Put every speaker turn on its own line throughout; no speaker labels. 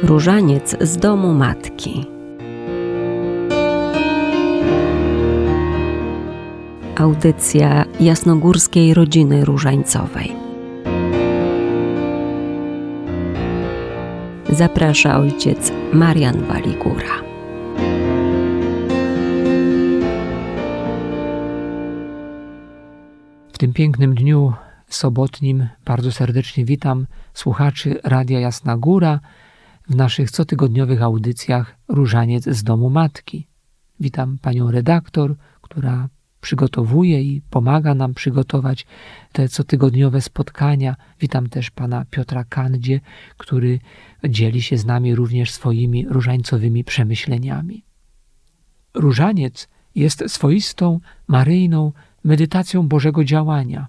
Różaniec z domu matki. Audycja jasnogórskiej rodziny różańcowej. Zaprasza ojciec Marian Waligura.
W tym pięknym dniu sobotnim bardzo serdecznie witam słuchaczy Radia Jasna Góra w naszych cotygodniowych audycjach Różaniec z domu matki. Witam panią redaktor, która przygotowuje i pomaga nam przygotować te cotygodniowe spotkania. Witam też pana Piotra Kandzie, który dzieli się z nami również swoimi różańcowymi przemyśleniami. Różaniec jest swoistą, maryjną medytacją Bożego działania.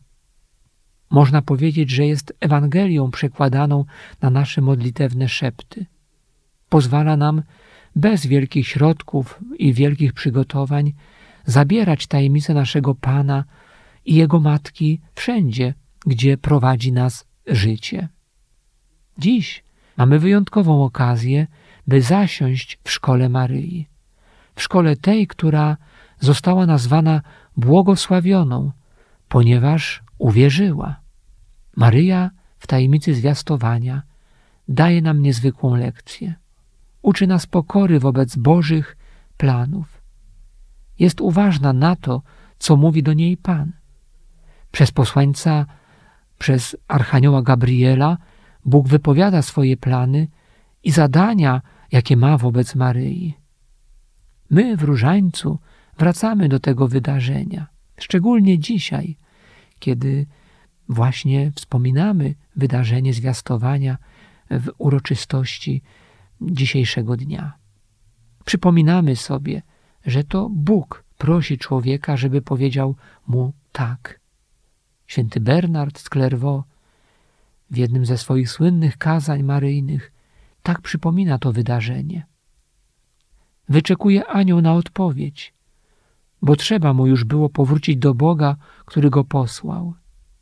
Można powiedzieć, że jest Ewangelią przekładaną na nasze modlitewne szepty. Pozwala nam bez wielkich środków i wielkich przygotowań zabierać tajemnice naszego Pana i Jego Matki wszędzie, gdzie prowadzi nas życie. Dziś mamy wyjątkową okazję, by zasiąść w szkole Maryi. W szkole tej, która została nazwana błogosławioną, ponieważ uwierzyła. Maryja w tajemnicy zwiastowania daje nam niezwykłą lekcję. Uczy nas pokory wobec Bożych planów. Jest uważna na to, co mówi do niej Pan. Przez posłańca, przez archanioła Gabriela Bóg wypowiada swoje plany i zadania, jakie ma wobec Maryi. My w Różańcu wracamy do tego wydarzenia, szczególnie dzisiaj, kiedy właśnie wspominamy wydarzenie zwiastowania w uroczystości dzisiejszego dnia. Przypominamy sobie, że to Bóg prosi człowieka, żeby powiedział mu tak. Święty Bernard z Clairvaux w jednym ze swoich słynnych kazań maryjnych tak przypomina to wydarzenie. Wyczekuje anioł na odpowiedź, bo trzeba mu już było powrócić do Boga, który go posłał.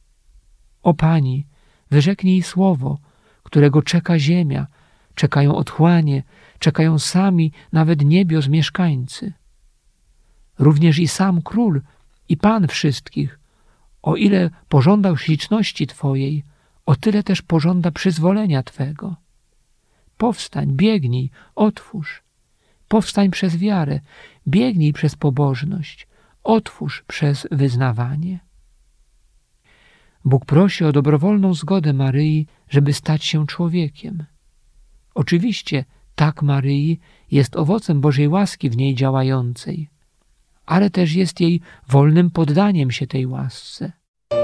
O Pani, wyrzeknij słowo, którego czeka ziemia, czekają otchłanie, czekają sami nawet niebios mieszkańcy. Również i sam Król i Pan wszystkich, o ile pożądał śliczności Twojej, o tyle też pożąda przyzwolenia Twego. Powstań, biegnij, otwórz. Powstań przez wiarę, biegnij przez pobożność, otwórz przez wyznawanie. Bóg prosi o dobrowolną zgodę Maryi, żeby stać się człowiekiem. Oczywiście tak Maryi jest owocem Bożej łaski w niej działającej, ale też jest jej wolnym poddaniem się tej łasce.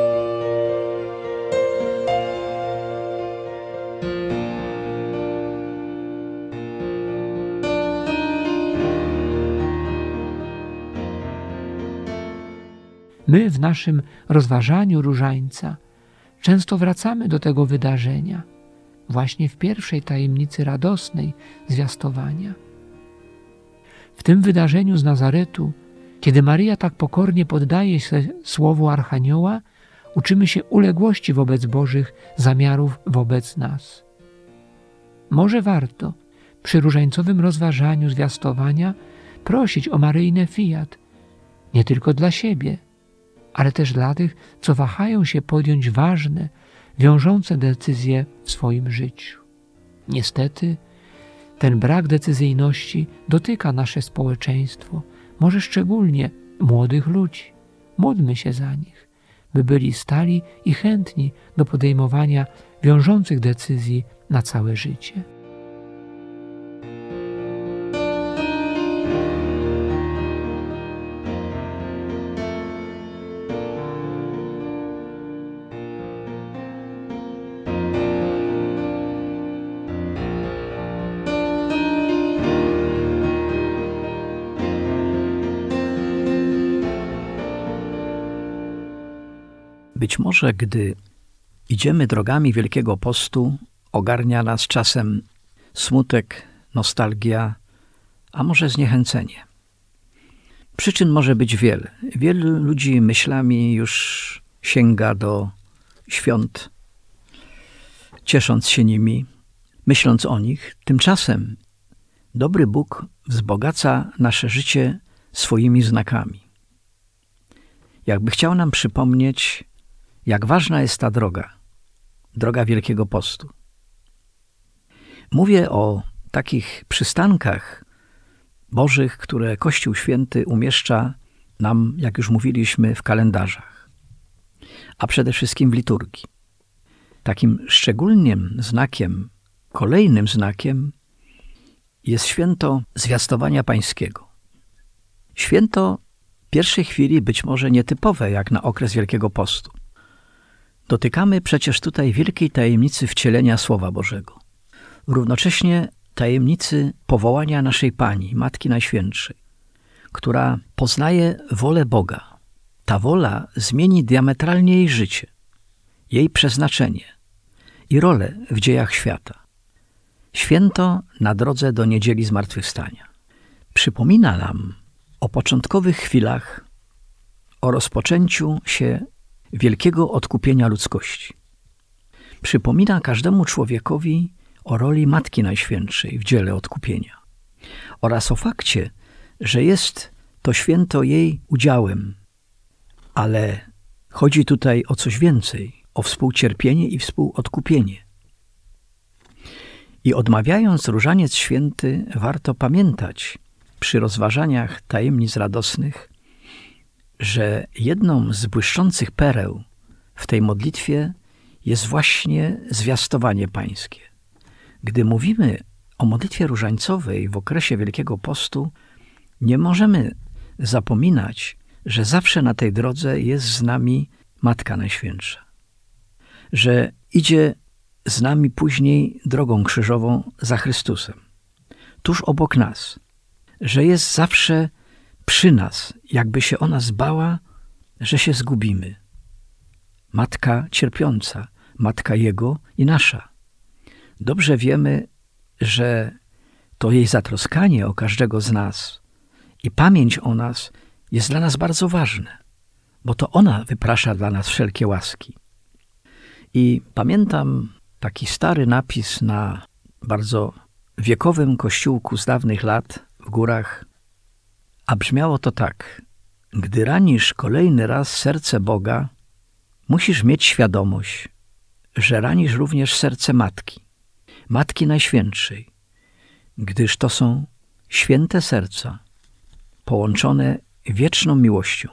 My w naszym rozważaniu Różańca często wracamy do tego wydarzenia, właśnie w pierwszej tajemnicy radosnej zwiastowania. W tym wydarzeniu z Nazaretu, kiedy Maryja tak pokornie poddaje się słowu archanioła, uczymy się uległości wobec Bożych zamiarów wobec nas. Może warto przy różańcowym rozważaniu zwiastowania prosić o maryjne fiat, nie tylko dla siebie, ale też dla tych, co wahają się podjąć ważne, wiążące decyzje w swoim życiu. Niestety, ten brak decyzyjności dotyka nasze społeczeństwo, może szczególnie młodych ludzi. Módlmy się za nich, by byli stali i chętni do podejmowania wiążących decyzji na całe życie.
Być może, gdy idziemy drogami Wielkiego Postu, ogarnia nas czasem smutek, nostalgia, a może zniechęcenie. Przyczyn może być wiele. Wielu ludzi myślami już sięga do świąt, ciesząc się nimi. myśląc o nich. Tymczasem dobry Bóg wzbogaca nasze życie swoimi znakami. Jakby chciał nam przypomnieć, jak ważna jest ta droga Wielkiego Postu. Mówię o takich przystankach bożych, które Kościół Święty umieszcza nam, jak już mówiliśmy, w kalendarzach, a przede wszystkim w liturgii. Takim szczególnym znakiem, kolejnym znakiem jest święto Zwiastowania Pańskiego. Święto w pierwszej chwili być może nietypowe jak na okres Wielkiego Postu. Dotykamy przecież tutaj wielkiej tajemnicy wcielenia Słowa Bożego. Równocześnie tajemnicy powołania naszej Pani, Matki Najświętszej, która poznaje wolę Boga. Ta wola zmieni diametralnie jej życie, jej przeznaczenie i rolę w dziejach świata. Święto na drodze do Niedzieli Zmartwychwstania przypomina nam o początkowych chwilach, o rozpoczęciu się wielkiego odkupienia ludzkości. Przypomina każdemu człowiekowi o roli Matki Najświętszej w dziele odkupienia oraz o fakcie, że jest to święto jej udziałem, ale chodzi tutaj o coś więcej, o współcierpienie i współodkupienie. I odmawiając Różaniec Święty, warto pamiętać przy rozważaniach tajemnic radosnych, że jedną z błyszczących pereł w tej modlitwie jest właśnie zwiastowanie Pańskie. Gdy mówimy o modlitwie różańcowej w okresie Wielkiego Postu, nie możemy zapominać, że zawsze na tej drodze jest z nami Matka Najświętsza. Że idzie z nami później drogą krzyżową za Chrystusem, tuż obok nas. Że jest zawsze przy nas, jakby się o nas bała, że się zgubimy. Matka cierpiąca, Matka Jego i nasza. Dobrze wiemy, że to jej zatroskanie o każdego z nas i pamięć o nas jest dla nas bardzo ważne, bo to ona wyprasza dla nas wszelkie łaski. I pamiętam taki stary napis na bardzo wiekowym kościółku z dawnych lat w górach, a brzmiało to tak: gdy ranisz kolejny raz serce Boga, musisz mieć świadomość, że ranisz również serce Matki, Matki Najświętszej, gdyż to są święte serca, połączone wieczną miłością.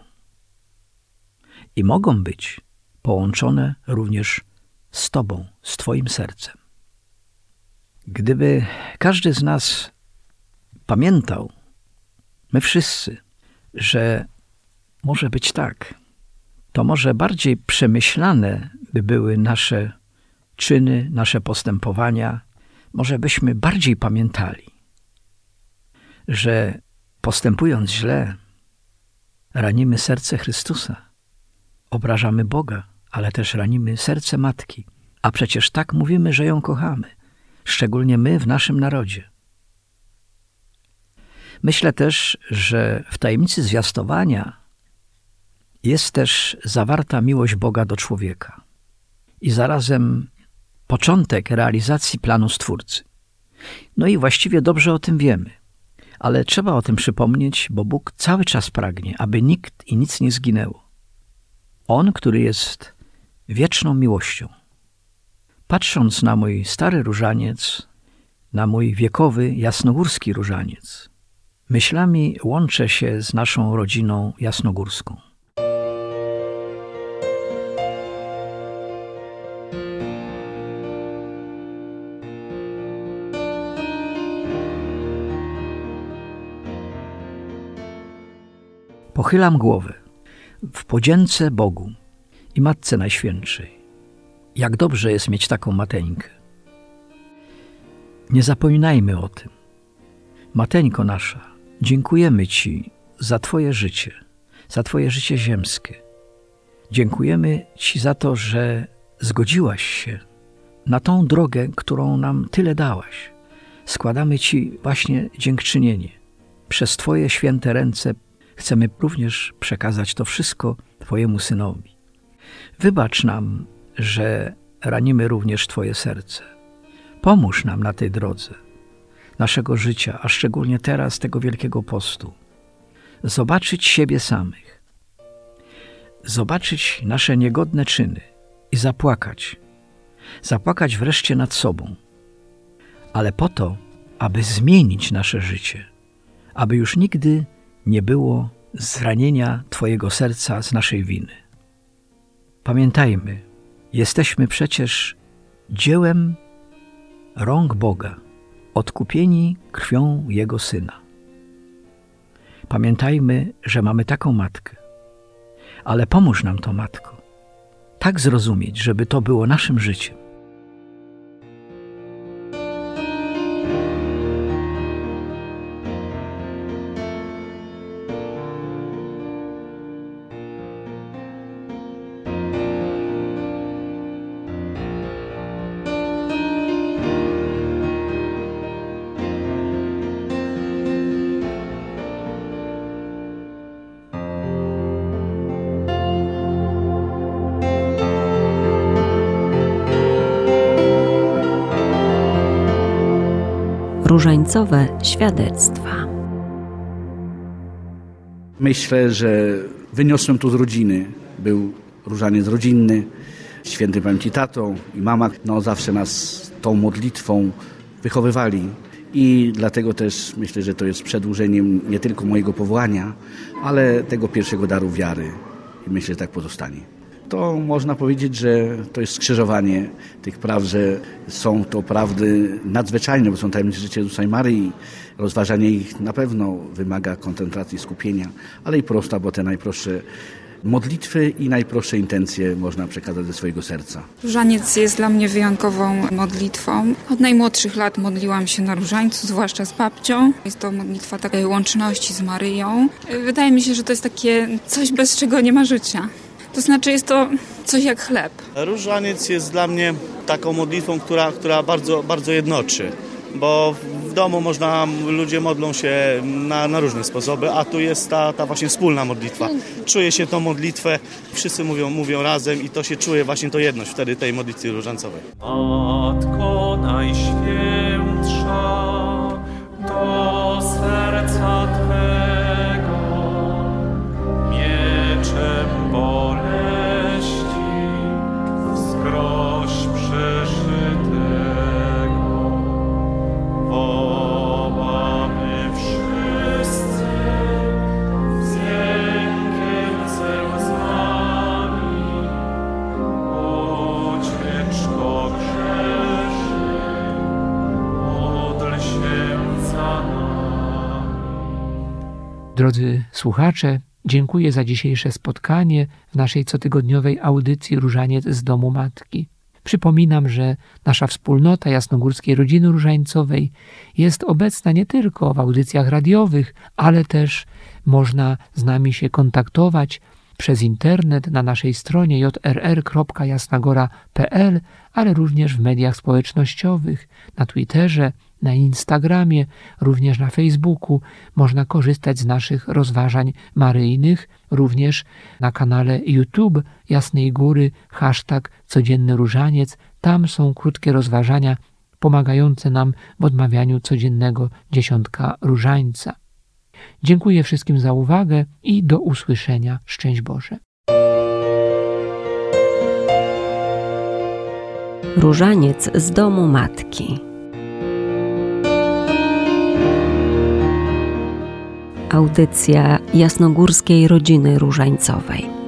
I mogą być połączone również z Tobą, z Twoim sercem. Gdyby każdy z nas pamiętał, my wszyscy, że może być tak, to może bardziej przemyślane by były nasze czyny, nasze postępowania, może byśmy bardziej pamiętali, że postępując źle, ranimy serce Chrystusa, obrażamy Boga, ale też ranimy serce Matki. A przecież tak mówimy, że ją kochamy, szczególnie my w naszym narodzie. Myślę też, że w tajemnicy zwiastowania jest też zawarta miłość Boga do człowieka i zarazem początek realizacji planu Stwórcy. No i właściwie dobrze o tym wiemy, ale trzeba o tym przypomnieć, bo Bóg cały czas pragnie, aby nikt i nic nie zginęło. On, który jest wieczną miłością. Patrząc na mój stary różaniec, na mój wiekowy jasnogórski różaniec, myślami łączę się z naszą rodziną jasnogórską. Pochylam głowę w podzięce Bogu i Matce Najświętszej. Jak dobrze jest mieć taką mateńkę. Nie zapominajmy o tym. Mateńko nasza, dziękujemy Ci za Twoje życie ziemskie. Dziękujemy Ci za to, że zgodziłaś się na tą drogę, którą nam tyle dałaś. Składamy Ci właśnie dziękczynienie. Przez Twoje święte ręce chcemy również przekazać to wszystko Twojemu Synowi. Wybacz nam, że ranimy również Twoje serce. Pomóż nam na tej drodze naszego życia, a szczególnie teraz tego Wielkiego Postu, zobaczyć siebie samych, zobaczyć nasze niegodne czyny i zapłakać. Zapłakać wreszcie nad sobą, ale po to, aby zmienić nasze życie, aby już nigdy nie było zranienia Twojego serca z naszej winy. Pamiętajmy, jesteśmy przecież dziełem rąk Boga, odkupieni krwią Jego Syna. Pamiętajmy, że mamy taką Matkę, ale pomóż nam to, Matko, tak zrozumieć, żeby to było naszym życiem.
Różańcowe świadectwa.
Myślę, że wyniosłem tu z rodziny. Był różaniec rodzinny, świętej pamięci tato i mama. Zawsze nas tą modlitwą wychowywali. I dlatego też myślę, że to jest przedłużeniem nie tylko mojego powołania, ale tego pierwszego daru wiary. I myślę, że tak pozostanie. To można powiedzieć, że to jest skrzyżowanie tych prawd, że są to prawdy nadzwyczajne, bo są tajemnice życia Jezusa i Maryi. Rozważanie ich na pewno wymaga koncentracji, skupienia, ale i prosta, bo te najprostsze modlitwy i najprostsze intencje można przekazać ze swojego serca.
Różaniec jest dla mnie wyjątkową modlitwą. Od najmłodszych lat modliłam się na różańcu, zwłaszcza z babcią. Jest to modlitwa takiej łączności z Maryją. Wydaje mi się, że to jest takie coś, bez czego nie ma życia. To znaczy jest to coś jak chleb.
Różaniec jest dla mnie taką modlitwą, która bardzo, bardzo jednoczy. Bo w domu ludzie modlą się na różne sposoby, a tu jest ta właśnie wspólna modlitwa. Czuje się tą modlitwę, wszyscy mówią razem i to się czuje właśnie to jedność wtedy tej modlitwy różańcowej.
Matko Najświętsza, do serca Twego mieczem boleści wskroś przeszytego wołamy wszyscy z jękiem, ze łzami, ucieczko grzesznych, módl się za nami.
Drodzy słuchacze, dziękuję za dzisiejsze spotkanie w naszej cotygodniowej audycji Różaniec z Domu Matki. Przypominam, że nasza wspólnota Jasnogórskiej Rodziny Różańcowej jest obecna nie tylko w audycjach radiowych, ale też można z nami się kontaktować przez internet na naszej stronie jrr.jasnagora.pl, ale również w mediach społecznościowych, na Twitterze, na Instagramie, również na Facebooku. Można korzystać z naszych rozważań maryjnych, również na kanale YouTube Jasnej Góry, #Codzienny Różaniec. Tam są krótkie rozważania pomagające nam w odmawianiu codziennego dziesiątka różańca. Dziękuję wszystkim za uwagę i do usłyszenia. Szczęść Boże.
Różaniec z Domu Matki. Audycja Jasnogórskiej Rodziny Różańcowej.